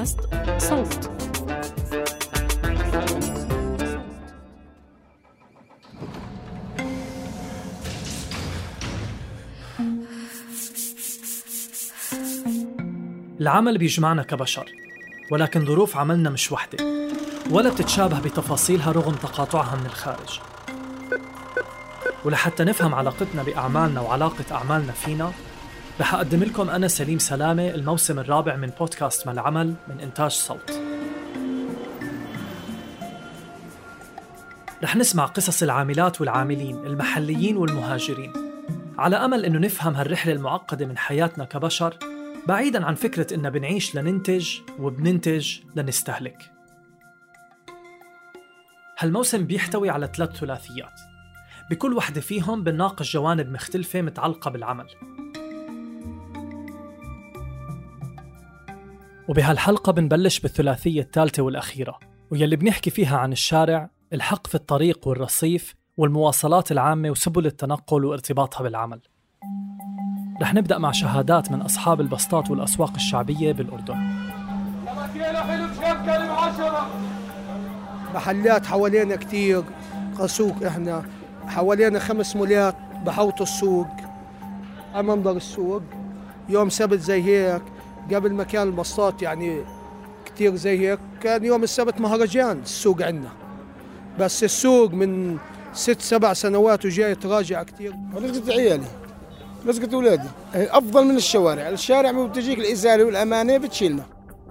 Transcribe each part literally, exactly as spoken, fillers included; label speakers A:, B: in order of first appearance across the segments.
A: بودكاست صوت.
B: العمل بيجمعنا كبشر، ولكن ظروف عملنا مش وحدة ولا بتتشابه بتفاصيلها رغم تقاطعها من الخارج. ولحتى نفهم علاقتنا بأعمالنا وعلاقة أعمالنا فينا، رح أقدم لكم أنا سليم سلامة الموسم الرابع من بودكاست ما العمل من إنتاج صوت. رح نسمع قصص العاملات والعاملين المحليين والمهاجرين، على أمل إنه نفهم هالرحلة المعقدة من حياتنا كبشر، بعيداً عن فكرة إننا بنعيش لننتج وبننتج لنستهلك. هالموسم بيحتوي على ثلاث ثلاثيات، بكل واحدة فيهم بنناقش جوانب مختلفة متعلقة بالعمل. وبهالحلقة بنبلش بالثلاثية الثالثة والأخيرة، ويلي بنحكي فيها عن الشارع، الحق في الطريق والرصيف، والمواصلات العامة وسبل التنقل وارتباطها بالعمل. رح نبدأ مع شهادات من أصحاب البسطات والأسواق الشعبية بالأردن.
C: محلات حوالينا كتير، قسوق إحنا حوالينا خمس مولات بحوط السوق. منظر السوق يوم سبت زي هيك، قبل ما كان البسطات يعني كتير زي هيك، كان يوم السبت مهرجان السوق عنا. بس السوق من ست سبع سنوات وجاي تراجع كتير.
D: رزقة عيالي، رزقة أولادي أفضل من الشوارع. الشارع ما بتجيك الإزالة والأمانة بتشيلنا.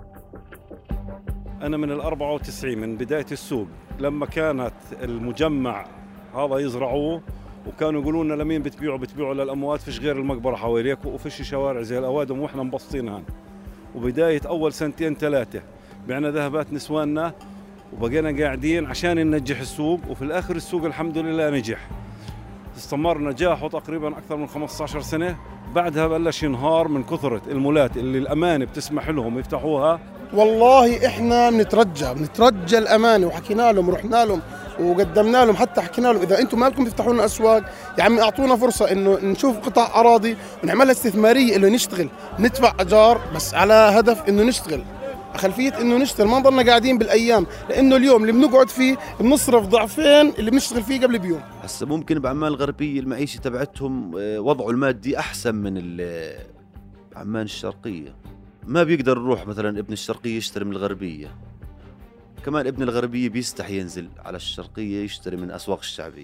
E: أنا من الأربعة وتسعين، من بداية السوق لما كانت المجمع هذا يزرعوه، وكانوا يقولون لنا لمين بتبيعوا بتبيعوا للأموات، فيش غير المقبرة حواليك وفيش شوارع زي الأوادم وإحنا مبسطينها. وبداية أول سنتين ثلاثة بعنا ذهبات نسواننا وبقينا قاعدين عشان ننجح السوق، وفي الآخر السوق الحمد لله نجح. استمر نجاحه تقريبا أكثر من خمسة عشر سنة. بعدها بلش ينهار من كثرة المولات اللي الأمانة بتسمح لهم يفتحوها.
D: والله إحنا بنترجى بنترجى الأمانة، وحكينا لهم ورحنا لهم وقدمنا لهم، حتى حكينا لهم إذا أنتم مالكم تفتحوا لنا أسواق يا عمي أعطونا فرصة إنه نشوف قطع أراضي ونعملها استثمارية، إنه نشتغل ندفع أجار بس على هدف إنه نشتغل، خلفية إنه نشتغل، ما نضلنا قاعدين بالأيام، لأنه اليوم اللي بنقعد فيه بنصرف ضعفين اللي بنشتغل فيه قبل بيوم.
F: هسه ممكن بعمان الغربية المعيشة تبعتهم وضعه المادي أحسن من عمان الشرقية. ما بيقدر يروح مثلا ابن الشرقية يشتري من الغربية، كمان ابن الغربية بيستحي ينزل على الشرقية يشتري من أسواق الشعبية.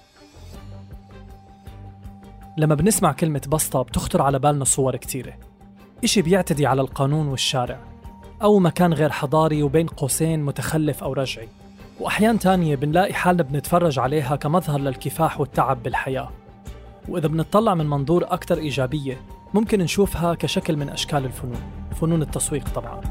B: لما بنسمع كلمة بسطة بتخطر على بالنا صور كتيرة، إشي بيعتدي على القانون والشارع، أو مكان غير حضاري وبين قوسين متخلف أو رجعي، وأحيان تانية بنلاقي حالنا بنتفرج عليها كمظهر للكفاح والتعب بالحياة. وإذا بنطلع من منظور أكتر إيجابية، ممكن نشوفها كشكل من أشكال الفنون، فنون التسويق طبعاً.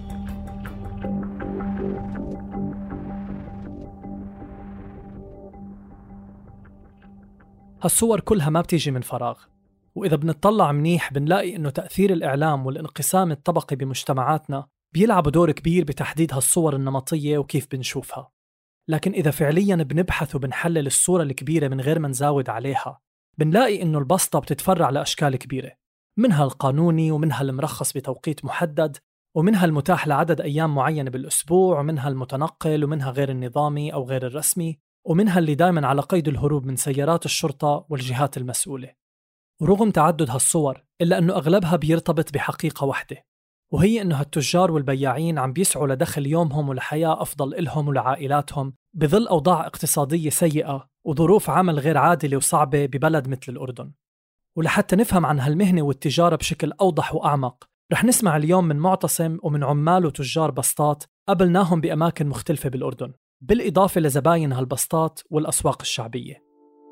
B: هالصور كلها ما بتيجي من فراغ، وإذا بنطلع منيح بنلاقي إنه تأثير الإعلام والانقسام الطبقي بمجتمعاتنا بيلعبوا دور كبير بتحديد هالصور النمطية وكيف بنشوفها. لكن إذا فعلياً بنبحث وبنحلل الصورة الكبيرة من غير ما نزاود عليها، بنلاقي إنه البسطة بتتفرع لأشكال كبيرة، منها القانوني ومنها المرخص بتوقيت محدد ومنها المتاح لعدد أيام معينة بالأسبوع ومنها المتنقل ومنها غير النظامي أو غير الرسمي ومنها اللي دايماً على قيد الهروب من سيارات الشرطة والجهات المسؤولة. ورغم تعدد هالصور إلا أنه أغلبها بيرتبط بحقيقة واحدة، وهي أنه هالتجار والبياعين عم بيسعوا لدخل يومهم ولحياة أفضل إلهم ولعائلاتهم بظل أوضاع اقتصادية سيئة وظروف عمل غير عادلة وصعبة ببلد مثل الأردن. ولحتى نفهم عن هالمهنة والتجارة بشكل أوضح وأعمق، رح نسمع اليوم من معتصم ومن عمال وتجار بسطات قابلناهم بأماكن مختلفة بالأردن، بالإضافة لزباين هالبسطات والأسواق الشعبية.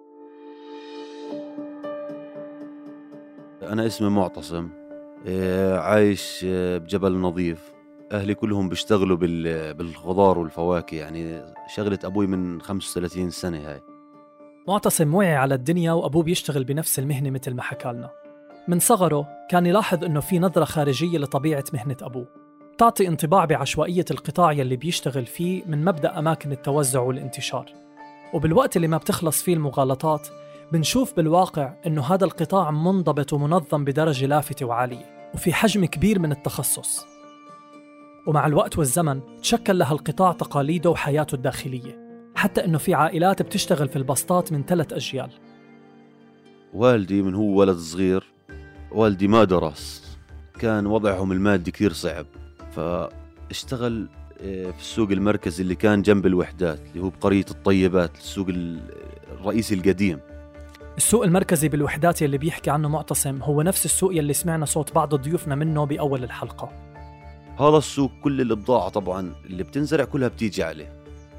F: أنا اسمي معتصم، عايش بجبل نظيف. أهلي كلهم بيشتغلوا بالخضار والفواكه، يعني شغلة أبوي من خمسة وثلاثين سنة هاي.
B: معتصم وعي على الدنيا وأبوه بيشتغل بنفس المهنة مثل ما حكالنا. من صغره كان يلاحظ أنه في نظرة خارجية لطبيعة مهنة أبوه، تعطي انطباع بعشوائية القطاع يلي بيشتغل فيه من مبدأ أماكن التوزع والانتشار. وبالوقت اللي ما بتخلص فيه المغالطات بنشوف بالواقع أنه هذا القطاع منضبط ومنظم بدرجة لافتة وعالية وفي حجم كبير من التخصص. ومع الوقت والزمن تشكل لها القطاع تقاليده وحياته الداخلية، حتى إنه في عائلات بتشتغل في البسطات من ثلاث أجيال.
F: والدي من هو ولد صغير، والدي ما درس، كان وضعهم المادي كثير صعب، فاشتغل في السوق المركزي اللي كان جنب الوحدات اللي هو بقرية الطيبات، السوق الرئيسي القديم.
B: السوق المركزي بالوحدات يلي بيحكي عنه معتصم هو نفس السوق يلي سمعنا صوت بعض ضيوفنا منه بأول الحلقة.
F: هذا السوق كل البضاعة طبعا اللي بتنزرع كلها بتيجي عليه.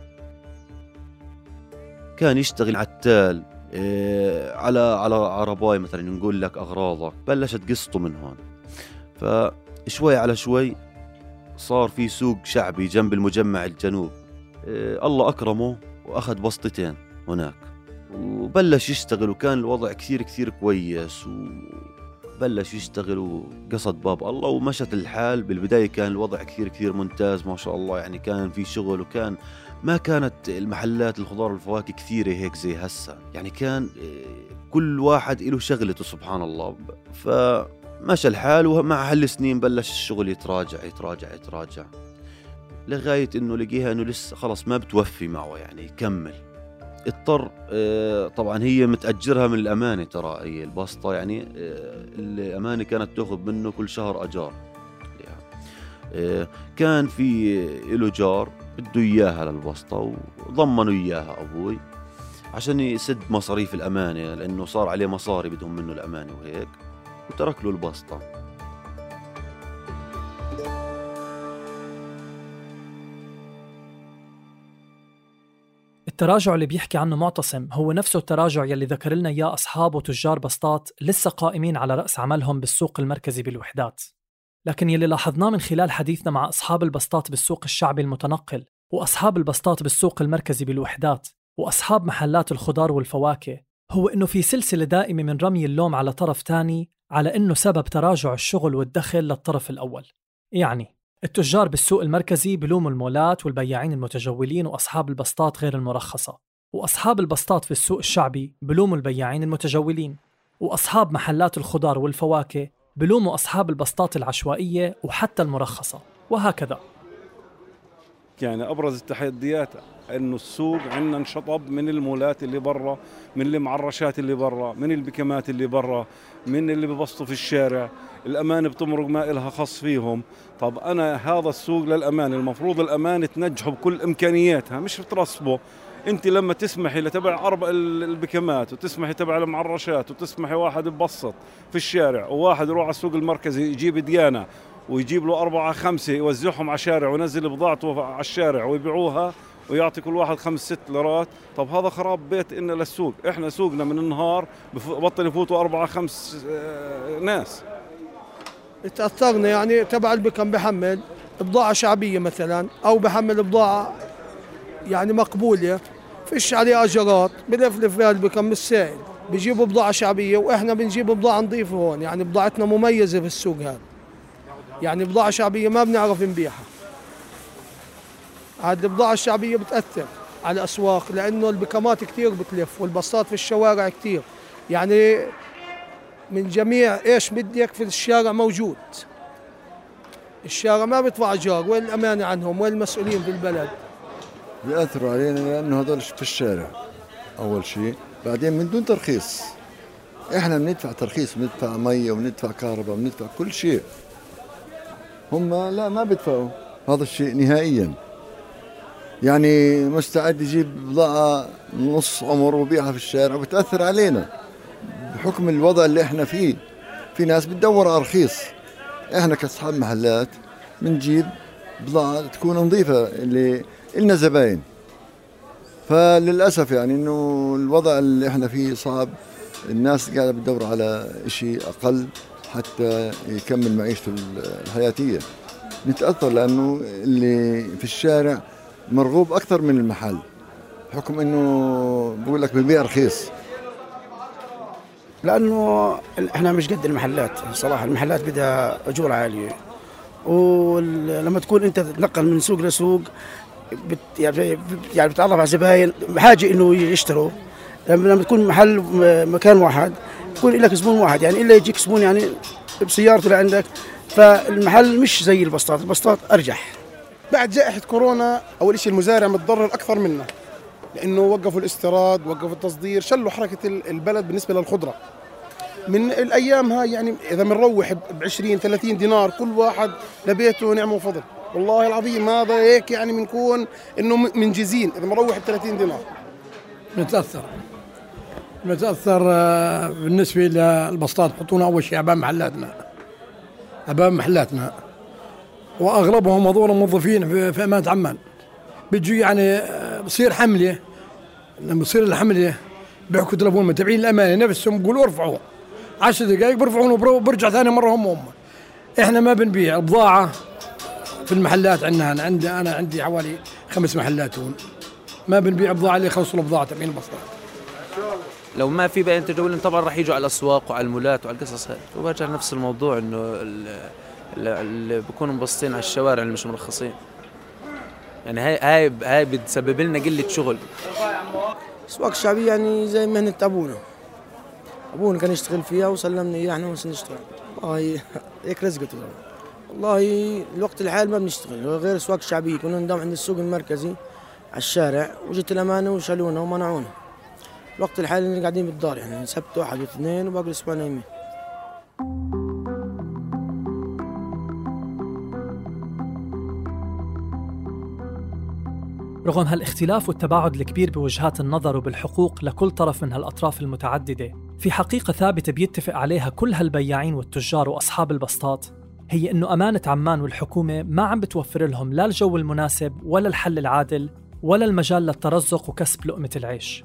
F: كان يشتغل عتال إيه على على عرباي مثلا، نقول لك أغراضك، بلشت قصته من هون. فشوي على شوي صار في سوق شعبي جنب المجمع الجنوب، إيه الله أكرمه وأخذ بسطتين هناك وبلش يشتغل، وكان الوضع كثير كثير كويس، وبلش يشتغل وقصد باب الله ومشت الحال. بالبداية كان الوضع كثير كثير ممتاز ما شاء الله، يعني كان في شغل، وكان ما كانت المحلات الخضار والفواكه كثيرة هيك زي هسا، يعني كان كل واحد له شغلته سبحان الله. فمشى الحال، ومع هالسنين بلش الشغل يتراجع يتراجع يتراجع لغاية انه لقيها انه لسه خلص ما بتوفي معه، يعني يكمل. اضطر طبعا هي متأجرها من الأمانة، ترى هي البسطة يعني الأمانة كانت تأخذ منه كل شهر أجار. كان في له جار بده إياها للبسطة، وضمنوا إياها أبوي عشان يسد مصاريف الأمانة، لأنه صار عليه مصاري بدهم منه الأمانة وهيك، وترك له البسطة.
B: التراجع اللي بيحكي عنه معتصم هو نفسه التراجع يلي ذكر لنا إياه أصحاب وتجار بسطات لسه قائمين على رأس عملهم بالسوق المركزي بالوحدات. لكن يلي لاحظناه من خلال حديثنا مع أصحاب البسطات بالسوق الشعبي المتنقل، وأصحاب البسطات بالسوق المركزي بالوحدات، وأصحاب محلات الخضار والفواكه، هو إنه في سلسلة دائمة من رمي اللوم على طرف تاني على إنه سبب تراجع الشغل والدخل للطرف الأول. يعني التجار بالسوق المركزي بلوموا المولات والبياعين المتجولين وأصحاب البسطات غير المرخصة، وأصحاب البسطات في السوق الشعبي بلوموا البياعين المتجولين، وأصحاب محلات الخضار والفواكه بلوموا أصحاب البسطات العشوائية وحتى المرخصة، وهكذا.
E: يعني أبرز التحديات إنه السوق عندنا انشطب من المولات اللي برا، من المعرشات اللي برا، من البكمات اللي برا، من اللي ببسطوا في الشارع. الأمانة بتمرق ما إلها خص فيهم. طب أنا هذا السوق للأمانة المفروض الأمانة تنجحه بكل إمكانياتها، مش بترصبه. أنت لما تسمحي لتبع أربع البكمات، وتسمحي تبع المعرشات، وتسمحي واحد يبسط في الشارع، وواحد يروح على السوق المركزي يجيب ديانة ويجيب له أربعة خمسة يوزعهم على الشارع وينزل بضاعته على الشارع ويبيعوها ويعطي كل واحد خمس ست ليرات. طب هذا خراب بيت إن للسوق. إحنا سوقنا من النهار بطل يفوتوا أربعة خمس ناس.
C: تأثرنا يعني تبع البكم بحمل بضاعة شعبية مثلا، أو بحمل بضاعة يعني مقبولة فيش عليه أجرات، بلفلف فيها البكم السائل، بيجيبوا بضاعة شعبية، وإحنا بنجيب بضاعة نظيفة هون. يعني بضاعتنا مميزة في السوق هذا، يعني بضاعة شعبية ما بنعرف نبيعها. هذه البضاعة الشعبية بتأثر على الأسواق، لأنه البكمات كتير بتلف والبسطات في الشوارع كتير، يعني من جميع إيش بدك في الشارع موجود. الشارع ما بيدفع أجار، وين الأمانة عنهم؟ وين المسؤولين في البلد؟
A: بيأثروا علينا لأنه هذول في الشارع أول شيء، بعدين من دون ترخيص. إحنا بندفع ترخيص، بندفع مية وبندفع كهرباء وبندفع كل شيء، هم لا ما بيدفعوا هذا الشيء نهائيا. يعني مستعد يجيب بضاعة نص عمر وبيعها في الشارع، وبتأثر علينا بحكم الوضع اللي احنا فيه. في ناس بتدور على رخيص، احنا كأصحاب محلات بنجيب بضاعة تكون نظيفة اللي إلنا زباين. فللأسف يعني إنه الوضع اللي احنا فيه صعب، الناس قاعدة بتدور على إشي أقل حتى يكمل معيشته الحياتية. نتأثر لأنه اللي في الشارع مرغوب أكثر من المحل، بحكم إنه بقول لك ببيع رخيص.
G: لأنه إحنا مش قد المحلات صراحة. المحلات بدها أجور عالية، ولما تكون أنت تتنقل من سوق لسوق بت يعني يعني بتعرف على زباين بحاجة إنه يشتروا. لما تكون محل مكان واحد يكون لك زبون واحد، يعني إلا يجيك زبون يعني بسيارته لعندك. فالمحل مش زي البسطات، البسطات أرجح.
D: بعد جائحة كورونا أول شيء المزارع متضرر أكثر منا، لأنه وقفوا الاستيراد، وقفوا التصدير، شلوا حركة البلد بالنسبة للخضرة. من الأيام هاي يعني إذا بنروح بعشرين ثلاثين دينار كل واحد لبيته نعمة وفضل، والله العظيم هذا هيك يعني بنكون إنه منجزين إذا بنروح بثلاثين دينار.
H: نتأثر نتأثر بالنسبة للبسطات، حطونا أول شيء أمام محلاتنا أمام محلاتنا وأغلبهم هذول موظفين في أمانة عمان. بيجوا يعني بصير حملة، لما بصير الحملة بيحكوا تلفون متابعين الأمانة نفسهم بيقولوا ارفعوا عشر دقائق بيرفعون وبرجع ثاني مرة هم هم. إحنا ما بنبيع بضاعة في المحلات عندنا، أنا عندي أنا عندي حوالي خمس محلات هون، ما بنبيع بضاعة اللي يخلصوا البضاعة تبعين البسطات.
I: لو ما في بقى تجولين طبعا راح يجوا على الأسواق وعلى المولات وعلى القصص هاي، وبرجع نفس الموضوع إنه اللي بيكونوا مبسطين على الشوارع اللي مش مرخصين، يعني هاي هاي هاي بتسبب لنا قلة شغل.
G: الأسواق الشعبية يعني زي مهنة أبونا، أبونا كان يشتغل فيها وسلمنا إياه إحنا ونشتغل. والله هيك رزقته. والله الوقت الحالي ما بنشتغل غير الأسواق الشعبية، كنا نداوم عند السوق المركزي على الشارع وجت الأمانة وشالونا ومنعونا. الوقت الحالي اللي قاعدين بالدار يعني سبت واحد واثنين وباقي الأسبوع نايمين.
B: رغم هالاختلاف والتباعد الكبير بوجهات النظر وبالحقوق لكل طرف من هالأطراف المتعددة، في حقيقة ثابتة بيتفق عليها كل هالبياعين والتجار وأصحاب البسطات، هي إنه أمانة عمان والحكومة ما عم بتوفر لهم لا الجو المناسب ولا الحل العادل ولا المجال للترزق وكسب لقمة العيش.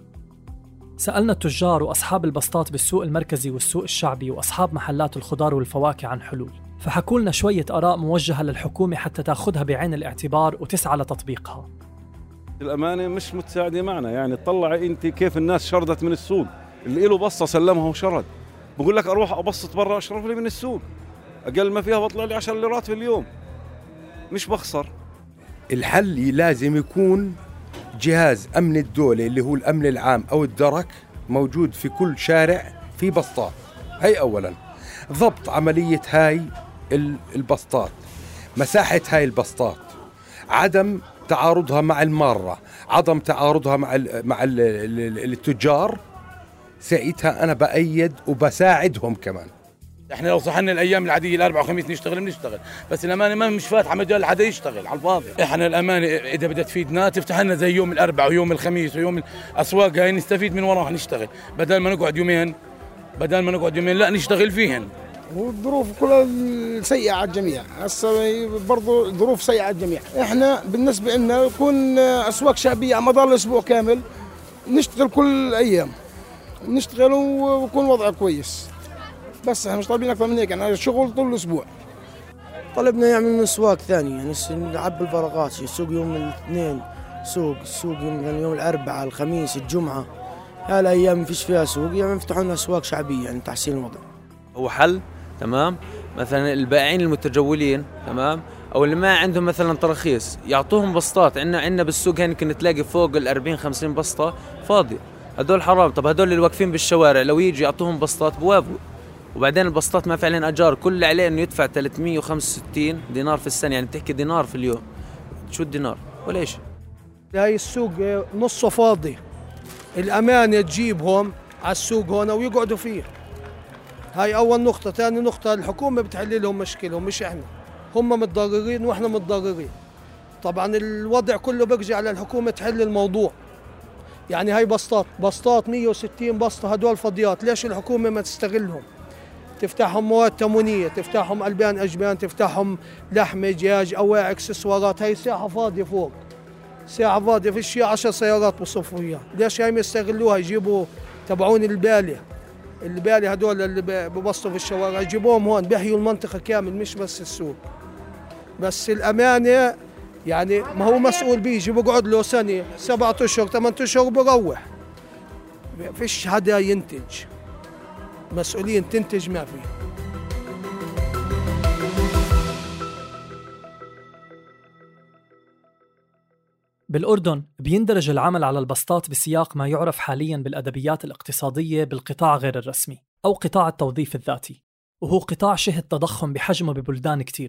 B: سألنا التجار وأصحاب البسطات بالسوق المركزي والسوق الشعبي وأصحاب محلات الخضار والفواكه عن حلول، فحكوا لنا شوية آراء موجهة للحكومة حتى تاخذها بعين الاعتبار وتسعى لتطبيقها.
E: الأمانة مش متساعدة معنا، يعني تطلع أنت كيف الناس شردت من السوق، اللي له بسطة سلمها وشرد، بقول لك أروح أبسط برا أشرف لي من السوق، أقل ما فيها بطلع لي عشر ليرات في اليوم، مش بخسر.
J: الحل لازم يكون جهاز أمن الدولة اللي هو الأمن العام أو الدرك موجود في كل شارع في بسطات، هي أولا. ضبط عملية هاي البسطات، مساحة هاي البسطات، عدم تعارضها مع المارة، عدم تعارضها مع ال مع ال التجار، ساعتها أنا بأيد وبساعدهم كمان.
K: احنا لو صحنا الايام العاديه الاربعاء والخميس نشتغل بنشتغل، بس الامانه ما مش فاتحه مجال حدا يشتغل على الفاضي. احنا الامانه اذا بدها تفيدنا تفتح لنا زي يوم الاربعاء ويوم الخميس ويوم الاسواق هاي نستفيد من وراها نشتغل، بدل ما نقعد يومين بدل ما نقعد يومين لا نشتغل فيهن.
G: والظروف كلها سيئة على الجميع، هسه برضو ظروف سيئة على الجميع. احنا بالنسبة لنا يكون أسواق شعبية على مدار الأسبوع كامل نشتغل كل أيام نشتغل ويكون وضع كويس، بس احنا مش طالبين أكثر من هيك، يعني شغل طول الأسبوع. طلبنا يعمل من أسواق ثانية، يعني نعبي الفراغات، سوق يوم الاثنين سوق السوق يعني يوم الأربعاء الخميس الجمعة، هالأيام ما فيش فيها سوق، يعني يفتحوا لنا أسواق شعبية يعني تحسين الوضع.
I: هو حل تمام، مثلا البائعين المتجولين تمام او اللي ما عندهم مثلا تراخيص يعطوهم بسطات. عندنا عندنا بالسوق هنا كنت تلاقي فوق ال أربعين خمسين بسطه فاضيه، هدول حرام. طب هدول اللي واقفين بالشوارع لو يجي يعطوهم بسطات بوافقوا، وبعدين البسطات ما فعلا اجار، كل اللي عليه انه يدفع ثلاثمية وخمسة وستين دينار في السنه، يعني تحكي دينار في اليوم، شو الدينار ولا شيء.
C: هاي السوق نصه فاضي، الامانه تجيبهم على السوق هون ويقعدوا فيه. هاي أول نقطة. ثاني نقطة الحكومة بتحل لهم مشكلهم مش إحنا، هم متضررين وإحنا متضررين. طبعا الوضع كله بيرجع على الحكومة تحل الموضوع. يعني هاي بسطات بسطات مية وستين بسطة هدول فضيات، ليش الحكومة ما تستغلهم؟ تفتحهم مواد تموينية، تفتحهم ألبان أجبان، تفتحهم لحمة دجاج أواعي اكسسوارات. هاي ساحة فاضية فوق، ساحة فاضية في شيء عشر سيارات بصفوا فيها، ليش هاي ما يستغلوها؟ يجيبوا تبعون البالة البالي هدول اللي ببسطوا في الشوارع يجيبوهم هون بيحيوا المنطقة كامل مش بس السوق. بس الأمانة يعني ما هو مسؤول بيجي بقعد له سنة سبعة أشهر ثمانية أشهر وبروح، فيش حدا ينتج، مسؤولين تنتج ما في.
B: بالأردن بيندرج العمل على البسطات بسياق ما يعرف حالياً بالأدبيات الاقتصادية بالقطاع غير الرسمي أو قطاع التوظيف الذاتي، وهو قطاع شهد تضخم بحجمه ببلدان كتيرة،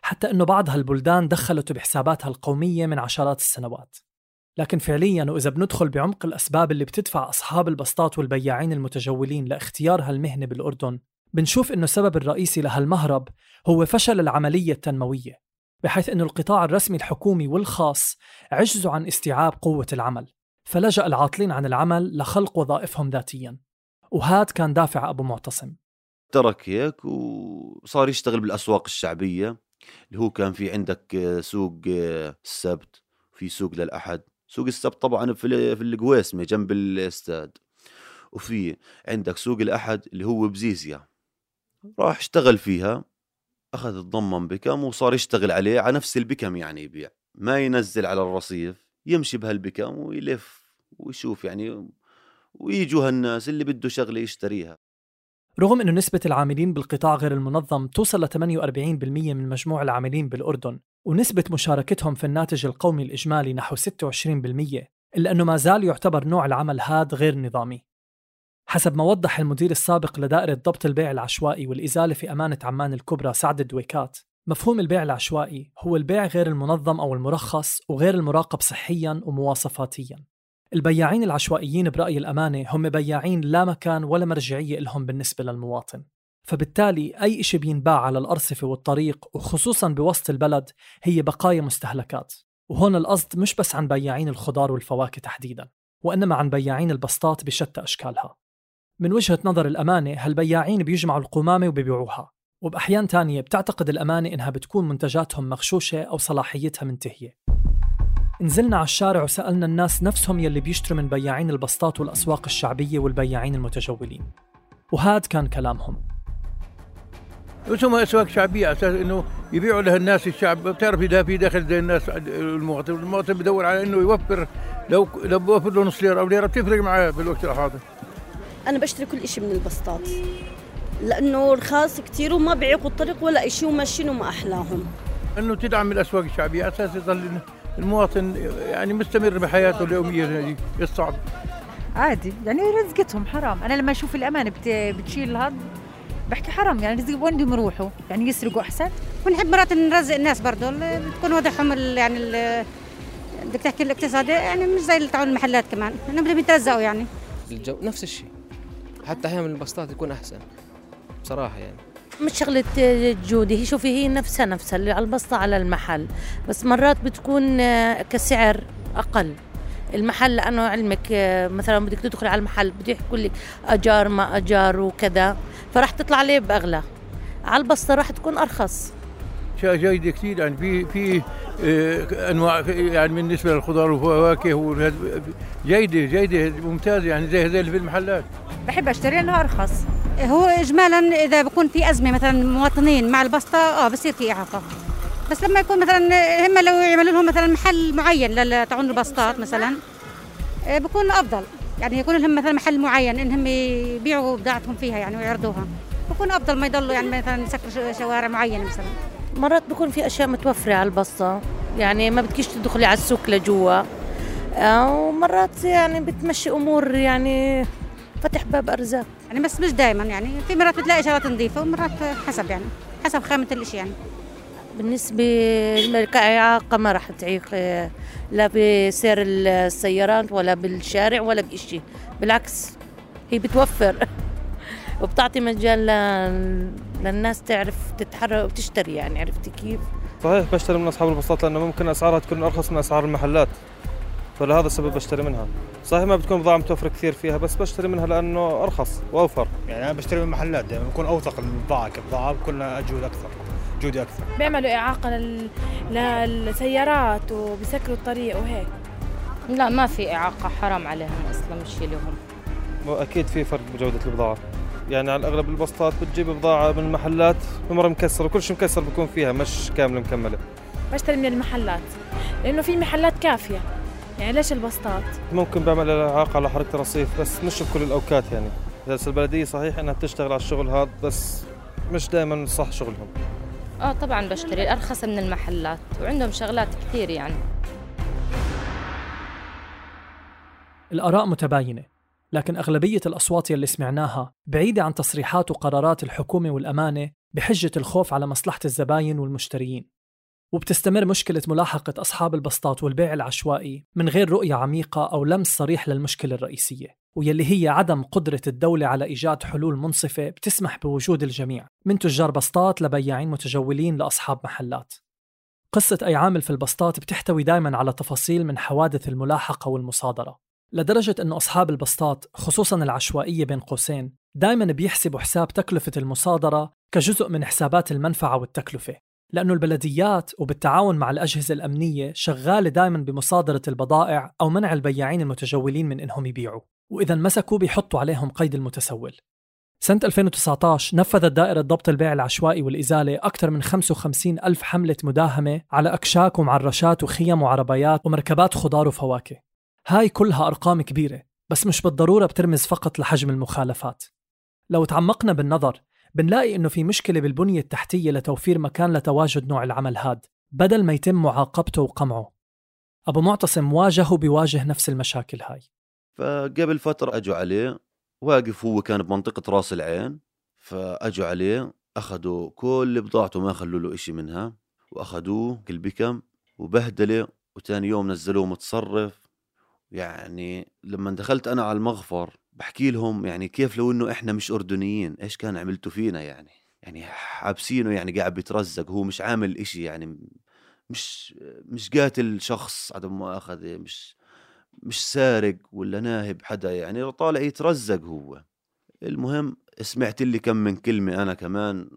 B: حتى أنه بعض هالبلدان دخلته بحساباتها القومية من عشرات السنوات. لكن فعلياً وإذا بندخل بعمق الأسباب اللي بتدفع أصحاب البسطات والبياعين المتجولين لاختيار هالمهنة بالأردن، بنشوف أنه السبب الرئيسي لهالمهرب هو فشل العملية التنموية، بحيث أنه القطاع الرسمي الحكومي والخاص عجزوا عن استيعاب قوة العمل، فلجأ العاطلين عن العمل لخلق وظائفهم ذاتياً. وهذا كان دافع أبو معتصم.
F: ترك هيك وصار يشتغل بالأسواق الشعبية، اللي هو كان في عندك سوق السبت، في سوق للأحد. سوق السبت طبعا في في القويسمة جنب الاستاد، وفي عندك سوق الأحد اللي هو بزيزيا. راح اشتغل فيها، أخذ الضمن بكم وصار يشتغل عليه على نفس البكم، يعني يبيع، ما ينزل على الرصيف، يمشي بهالبكم ويلف ويشوف يعني، ويجوا هالناس اللي بده شغله يشتريها.
B: رغم أنه نسبة العاملين بالقطاع غير المنظم توصل ل ثمانية وأربعين بالمئة من مجموع العاملين بالأردن، ونسبة مشاركتهم في الناتج القومي الإجمالي نحو ستة وعشرين بالمئة، إلا أنه ما زال يعتبر نوع العمل هاد غير نظامي. حسب ما وضح المدير السابق لدائرة ضبط البيع العشوائي والإزالة في أمانة عمان الكبرى سعد الدويكات، مفهوم البيع العشوائي هو البيع غير المنظم أو المرخص وغير المراقب صحياً ومواصفاتياً. البياعين العشوائيين برأي الأمانة هم بياعين لا مكان ولا مرجعية لهم بالنسبة للمواطن، فبالتالي أي إشي بينباع على الأرصفة والطريق وخصوصاً بوسط البلد هي بقايا مستهلكات. وهون القصد مش بس عن بياعين الخضار والفواكه تحديداً، وإنما عن بياعين البسطات بشتى أشكالها. من وجهة نظر الأمانة هالبياعين بيجمعوا القمامة وبيبيعوها، وبأحيان تانية بتعتقد الأمانة إنها بتكون منتجاتهم مغشوشة أو صلاحيتها منتهية. نزلنا على الشارع وسألنا الناس نفسهم يلي بيشتروا من بياعين البسطات والأسواق الشعبية والبياعين المتجولين، وهذا كان كلامهم.
L: اسمها أسواق شعبية أساس إنه يبيعوا لها الناس الشعب. بتعرف إذا في دخل زي الناس المواطن، المواطن بدور على إنه يوفر، لو لو بوفر له نص ليرة أو ليرة بتفرق معاه بالوقت الحاضر.
M: أنا بشتري كل إشي من البسطات لأنه رخاص كتير وما بيعيقوا الطريق ولا إشي وماشيين وما أحلاهم.
L: إنه تدعم الأسواق الشعبية أساس يظل المواطن يعني مستمر بحياته اليومية. الصعب
N: عادي يعني رزقتهم حرام. أنا لما أشوف الأمانة بتشيل هذا بحكي حرام، يعني رزق وين بدهم يروحوا؟ يعني يسرقوا أحسن.
O: ونحب مرات نرزق الناس برضه بتكون وضعهم يعني بدك تحكي الاقتصادي يعني مش زي اللي تاعون المحلات، كمان إنهم بدهم يترزقوا. يعني
P: الجو نفس الشيء، حتى أحيانا البسطات يكون أحسن بصراحة. يعني
Q: مش شغلة جودة، هي شوفي هي نفسها نفسها اللي على البسطة على المحل، بس مرات بتكون كسعر أقل. المحل لأنه علمك مثلا بدك تدخل على المحل بده يحكوا لك أجار ما أجار وكذا، فراح تطلع عليه بأغلى. على البسطة راح تكون أرخص.
L: شيء جيد كثير، يعني في في انواع يعني بالنسبه للخضار والفواكه جيده جيده ممتازه، يعني زي زي اللي في المحلات.
N: بحب اشتري لانها ارخص.
O: هو اجمالا اذا بكون في ازمه مثلا مواطنين مع البسطه اه بصير في اعاقه، بس لما يكون مثلا هم لو يعملوا لهم مثلا محل معين لتعون البسطات مثلا بكون افضل، يعني يكون لهم مثلا محل معين انهم يبيعوا بضاعتهم فيها يعني ويعرضوها، بكون افضل ما يضلوا يعني مثلا يسكروا شوارع معينه. مثلا
Q: مرات بكون في اشياء متوفره على البسطه، يعني ما بدكيش تدخلي على السوق لجوا، ومرات يعني بتمشي امور يعني فتح باب ارزاق،
O: يعني بس مش دائما، يعني في مرات بتلاقي شغلات نظيفه ومرات حسب يعني حسب خامه الاشي. يعني
Q: بالنسبه كإعاقة ما راح تعيق لا بسير السيارات ولا بالشارع ولا بشيء، بالعكس هي بتوفر وبتعطي مجال للناس تعرف تتحرك وتشتري. يعني عرفتي كيف؟
R: صحيح بشتري من أصحاب البسطات لأنه ممكن أسعارها تكون أرخص من أسعار المحلات، فلهذا السبب بشتري منها. صحيح ما بتكون بضاعة متوفرة كثير فيها، بس بشتري منها لأنه أرخص وأوفر.
S: يعني أنا بشتري من محلات دائما بكون أوثق البضاعة، كبضاعة بكون جودة أكثر جودة أكثر.
T: بيعملوا إعاقة لل... للسيارات وبيسكروا الطريق وهيك.
U: لا ما في إعاقة، حرام عليهم أصلا مش لهم.
R: وأكيد في فرق بجودة البضاعة، يعني على الأغلب البسطات بتجيب بضاعة من المحلات بمرة مكسرة، وكل شيء مكسر بيكون فيها مش كاملة مكملة.
T: بشتري من المحلات لأنه في محلات كافية، يعني ليش البسطات؟
R: ممكن بعمل إعاقة على حركة الرصيف بس مش بكل الأوقات. يعني هسه البلدية صحيح إنها بتشتغل على الشغل هذا بس مش دائما صح شغلهم.
U: آه طبعا بشتري أرخص من المحلات وعندهم شغلات كثير. يعني
B: الآراء متباينة، لكن أغلبية الأصوات اللي سمعناها بعيدة عن تصريحات وقرارات الحكومة والأمانة بحجة الخوف على مصلحة الزباين والمشتريين. وبتستمر مشكلة ملاحقة أصحاب البسطات والبيع العشوائي من غير رؤية عميقة أو لمس صريح للمشكلة الرئيسية، ويلي هي عدم قدرة الدولة على إيجاد حلول منصفة بتسمح بوجود الجميع من تجار بسطات لبياعين متجولين لأصحاب محلات. قصة أي عامل في البسطات بتحتوي دايماً على تفاصيل من حوادث الملاحقة والمصادرة، لدرجة أنه أصحاب البسطات خصوصاً العشوائية بين قوسين دايماً بيحسبوا حساب تكلفة المصادرة كجزء من حسابات المنفعة والتكلفة، لأنه البلديات وبالتعاون مع الأجهزة الأمنية شغالة دايماً بمصادرة البضائع أو منع البياعين المتجولين من إنهم يبيعوا، وإذا مسكوا بيحطوا عليهم قيد المتسول. سنة ألفين وتسعة عشر نفذت دائرة ضبط البيع العشوائي والإزالة أكثر من خمسة وخمسين ألف حملة مداهمة على أكشاك ومعرشات وخيم وعربيات ومركبات خضار وفواكه. هاي كلها أرقام كبيرة، بس مش بالضرورة بترمز فقط لحجم المخالفات. لو تعمقنا بالنظر بنلاقي إنه في مشكلة بالبنية التحتية لتوفير مكان لتواجد نوع العمل هاد بدل ما يتم معاقبته وقمعه. أبو معتصم واجه وبيواجه نفس المشاكل هاي.
F: فقبل فترة أجوا عليه واقف، هو كان بمنطقة راس العين، فأجوا عليه أخذوا كل بضاعته ما خلوا له إشي منها، وأخذوه كل بكم وبهدله، وتاني يوم نزلوه متصرف. يعني لما دخلت أنا على المغفر بحكي لهم يعني كيف لو إنه إحنا مش أردنيين إيش كان عملتوا فينا؟ يعني يعني حابسينه، يعني قاعد بيترزق، هو مش عامل إشي، يعني مش مش قاتل شخص عدم مؤاخذة، مش مش سارق ولا ناهب حدا، يعني طالع يترزق هو. المهم سمعت لي كم من كلمة أنا كمان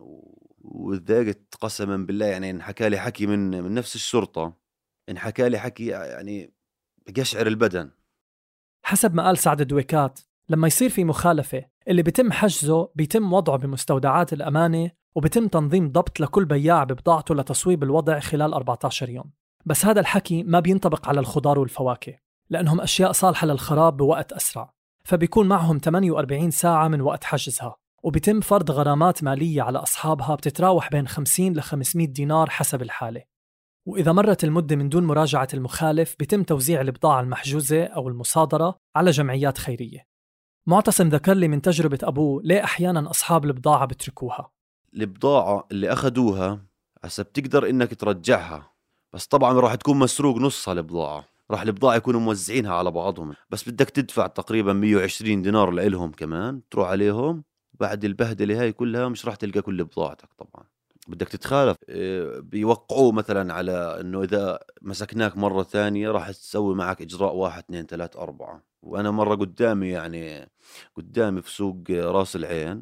F: وذاقت قسما بالله، يعني انحكى لي حكي من من نفس الشرطة، انحكى لي حكي يعني بقشعر البدن.
B: حسب ما قال سعد الدويكات، لما يصير في مخالفة اللي بيتم حجزه بيتم وضعه بمستودعات الأمانة، وبيتم تنظيم ضبط لكل بياع ببضاعته لتصويب الوضع خلال أربعة عشر يوم. بس هذا الحكي ما بينطبق على الخضار والفواكه، لأنهم أشياء صالحة للخراب بوقت أسرع، فبيكون معهم ثمانية وأربعين ساعة من وقت حجزها، وبيتم فرض غرامات مالية على أصحابها بتتراوح بين خمسين لخمسمائة دينار حسب الحالة. وإذا مرت المدة من دون مراجعة المخالف بيتم توزيع البضاعة المحجوزة أو المصادرة على جمعيات خيرية. معتصم ذكر لي من تجربة أبوه ليه أحياناً أصحاب البضاعة بتركوها.
F: البضاعة اللي أخدوها هسا بتقدر إنك ترجعها، بس طبعاً راح تكون مسروق نصها البضاعة، راح البضاعة يكونوا موزعينها على بعضهم، بس بدك تدفع تقريباً مية وعشرين دينار لإلهم كمان، تروح عليهم بعد البهدلة هاي كلها مش راح تلقى كل بضاعتك. طبعاً بدك تتخالف، بيوقعوا مثلاً على إنه إذا مسكناك مرة ثانية راح تسوي معك إجراء واحد اثنين ثلاث أربعة. وأنا مرة قدامي يعني قدامي في سوق راس العين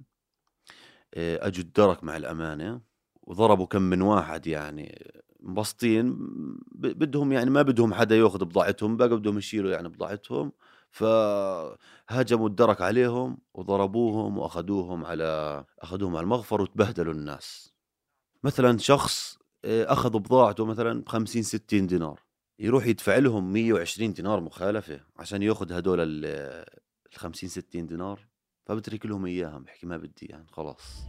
F: أجوا الدرك مع الأمانة وضربوا كم من واحد، يعني مبسطين بدهم يعني ما بدهم حدا يأخذ بضاعتهم، بقى بدهم يشيلوا يعني بضاعتهم، فهاجموا الدرك عليهم وضربوهم وأخذوهم على أخذوهم على المغفر وتبهدلوا الناس. مثلا شخص أخذوا بضاعته مثلا بخمسين ستين دينار، يروح يدفع لهم مية وعشرين دينار مخالفة عشان يأخذ هدول الخمسين ستين دينار، فبترك لهم إياهم، بحكي ما بدي يعني خلاص،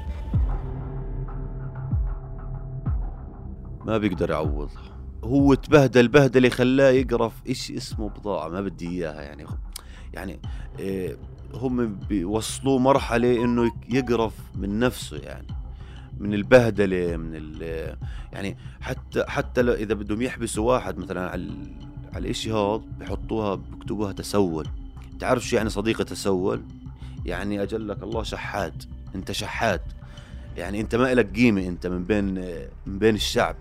F: ما بيقدر يعوض. هو تبهدل بهدل خلاه يقرف إيش اسمه بضاعة ما بدي إياها. يعني يعني إيه هم بيوصلوا مرحلة إنه يقرف من نفسه، يعني من البهدلة، من ال يعني حتى حتى إذا بدهم يحبسوا واحد مثلا على على الإشي هذا بيحطوها بكتبوها تسول. تعرف شو يعني صديقة تسول؟ يعني أجلك الله شحات، أنت شحات، يعني أنت ما إلك قيمة، أنت من بين من بين الشعب.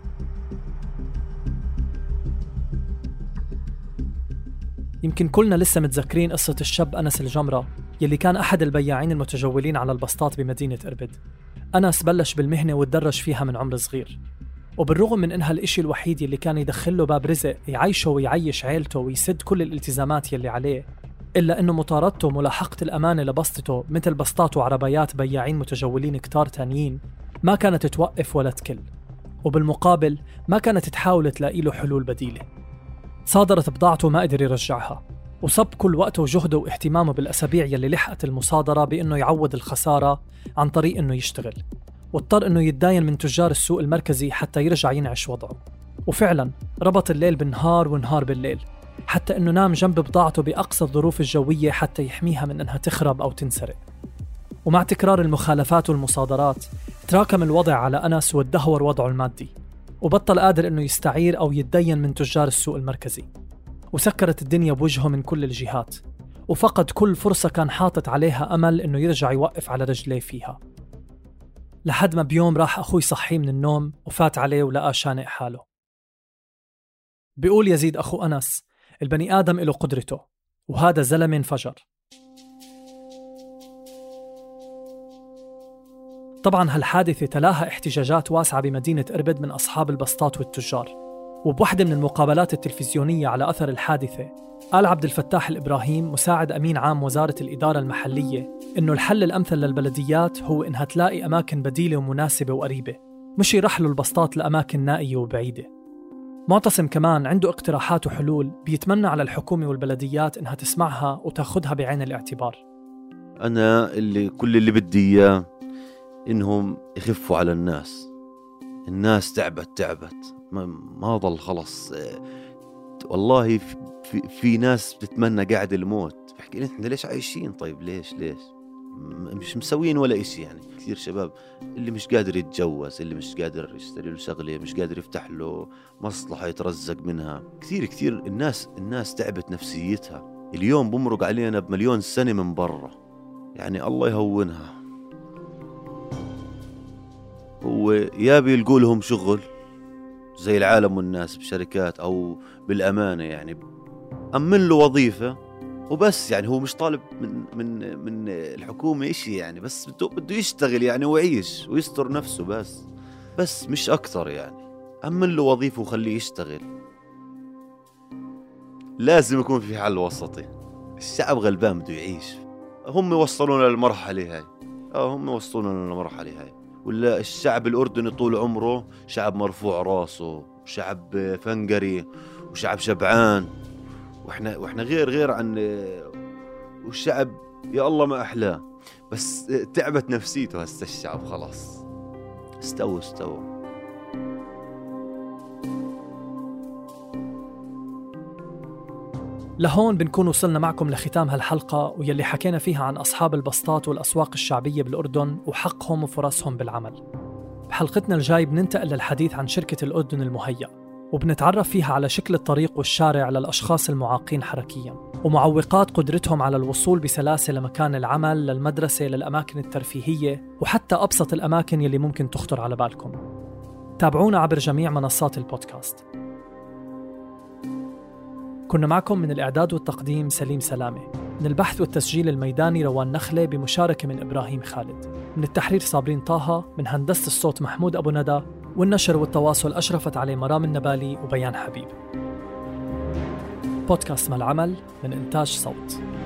B: يمكن كلنا لسه متذكرين قصة الشاب أنس الجمرة يلي كان أحد البياعين المتجولين على البسطات بمدينة إربد. أنس بلش بالمهنة وتدرج فيها من عمر صغير، وبالرغم من إنها الإشي الوحيد يلي كان يدخله باب رزق يعيشه ويعيش عيلته ويسد كل الالتزامات يلي عليه، إلا إنه مطاردته وملاحقة الأمانة لبسطته مثل بسطات وعربيات بياعين متجولين كتار تانيين ما كانت توقف ولا تكل، وبالمقابل ما كانت تحاول تلاقي له حلول بديلة. صادرت بضاعته ما قدر يرجعها، وصب كل وقته وجهده واهتمامه بالأسابيع يلي لحقت المصادرة بأنه يعوض الخسارة عن طريق أنه يشتغل، واضطر أنه يتداين من تجار السوق المركزي حتى يرجع ينعش وضعه. وفعلا ربط الليل بالنهار ونهار بالليل، حتى أنه نام جنب بضاعته بأقصى الظروف الجوية حتى يحميها من أنها تخرب أو تنسرق. ومع تكرار المخالفات والمصادرات تراكم الوضع على أنس وتدهور وضعه المادي، وبطل قادر إنه يستعير أو يتدين من تجار السوق المركزي، وسكرت الدنيا بوجهه من كل الجهات، وفقد كل فرصة كان حاطط عليها أمل إنه يرجع يوقف على رجليه فيها. لحد ما بيوم راح أخوي يصحيه من النوم وفات عليه ولقى شانق حاله. بيقول يزيد أخو أنس البني آدم له قدرته، وهذا زلمة انفجر. طبعا هالحادثة تلاها احتجاجات واسعة بمدينة إربد من أصحاب البسطات والتجار، وبوحدة من المقابلات التلفزيونية على أثر الحادثة قال عبد الفتاح الإبراهيم مساعد أمين عام وزارة الإدارة المحلية إنه الحل الأمثل للبلديات هو إنها تلاقي أماكن بديلة ومناسبة وقريبة، مش يرحلوا البسطات لأماكن نائية وبعيدة. معتصم كمان عنده اقتراحات وحلول بيتمنى على الحكومة والبلديات إنها تسمعها وتاخدها بعين الاعتبار.
F: أنا اللي كل اللي بدي إياه إنهم يخفوا على الناس. الناس تعبت تعبت ما, ما ضل خلص. والله في, في ناس بتتمنى قاعد الموت، بحكي إحنا ليش عايشين؟ طيب ليش ليش مش مسوين ولا إشي؟ يعني كثير شباب اللي مش قادر يتجوز، اللي مش قادر يشتري له شغلة، مش قادر يفتح له مصلحة يترزق منها. كثير كثير الناس الناس تعبت نفسيتها. اليوم بمرق علينا بمليون سنة من برا، يعني الله يهونها. هو يا بيلقوا لهم شغل زي العالم والناس بشركات أو بالأمانة، يعني أمن له وظيفة وبس. يعني هو مش طالب من من من الحكومة إشي، يعني بس بده بده يشتغل يعني ويعيش ويستر نفسه بس بس مش أكتر. يعني أمن له وظيفة وخليه يشتغل. لازم يكون في حل وسطي. الشعب غلبان بده يعيش. هم وصلونا للمرحلة هاي، آه هم وصلونا للمرحلة هاي. ولا الشعب الأردني طول عمره شعب مرفوع راسه، شعب فنقري وشعب شبعان، واحنا واحنا غير غير عن والشعب يا الله ما أحلاه. بس تعبت نفسيته هسه الشعب، خلاص استوى استوى.
B: لهون بنكون وصلنا معكم لختام هالحلقة، ويلي حكينا فيها عن أصحاب البسطات والأسواق الشعبية بالأردن وحقهم وفرصهم بالعمل. بحلقتنا الجاي بننتقل للحديث عن شركة الأردن المهيأ، وبنتعرف فيها على شكل الطريق والشارع للأشخاص المعاقين حركياً، ومعوقات قدرتهم على الوصول بسلاسة لمكان العمل، للمدرسة، للأماكن الترفيهية، وحتى أبسط الأماكن يلي ممكن تخطر على بالكم. تابعونا عبر جميع منصات البودكاست. كنا معكم من الإعداد والتقديم سليم سلامة، من البحث والتسجيل الميداني روان نخلة بمشاركة من إبراهيم خالد، من التحرير صابرين طه، من هندسة الصوت محمود أبو ندى، والنشر والتواصل أشرفت عليه مرام النبالي وبيان حبيب. بودكاست ما العمل من إنتاج صوت.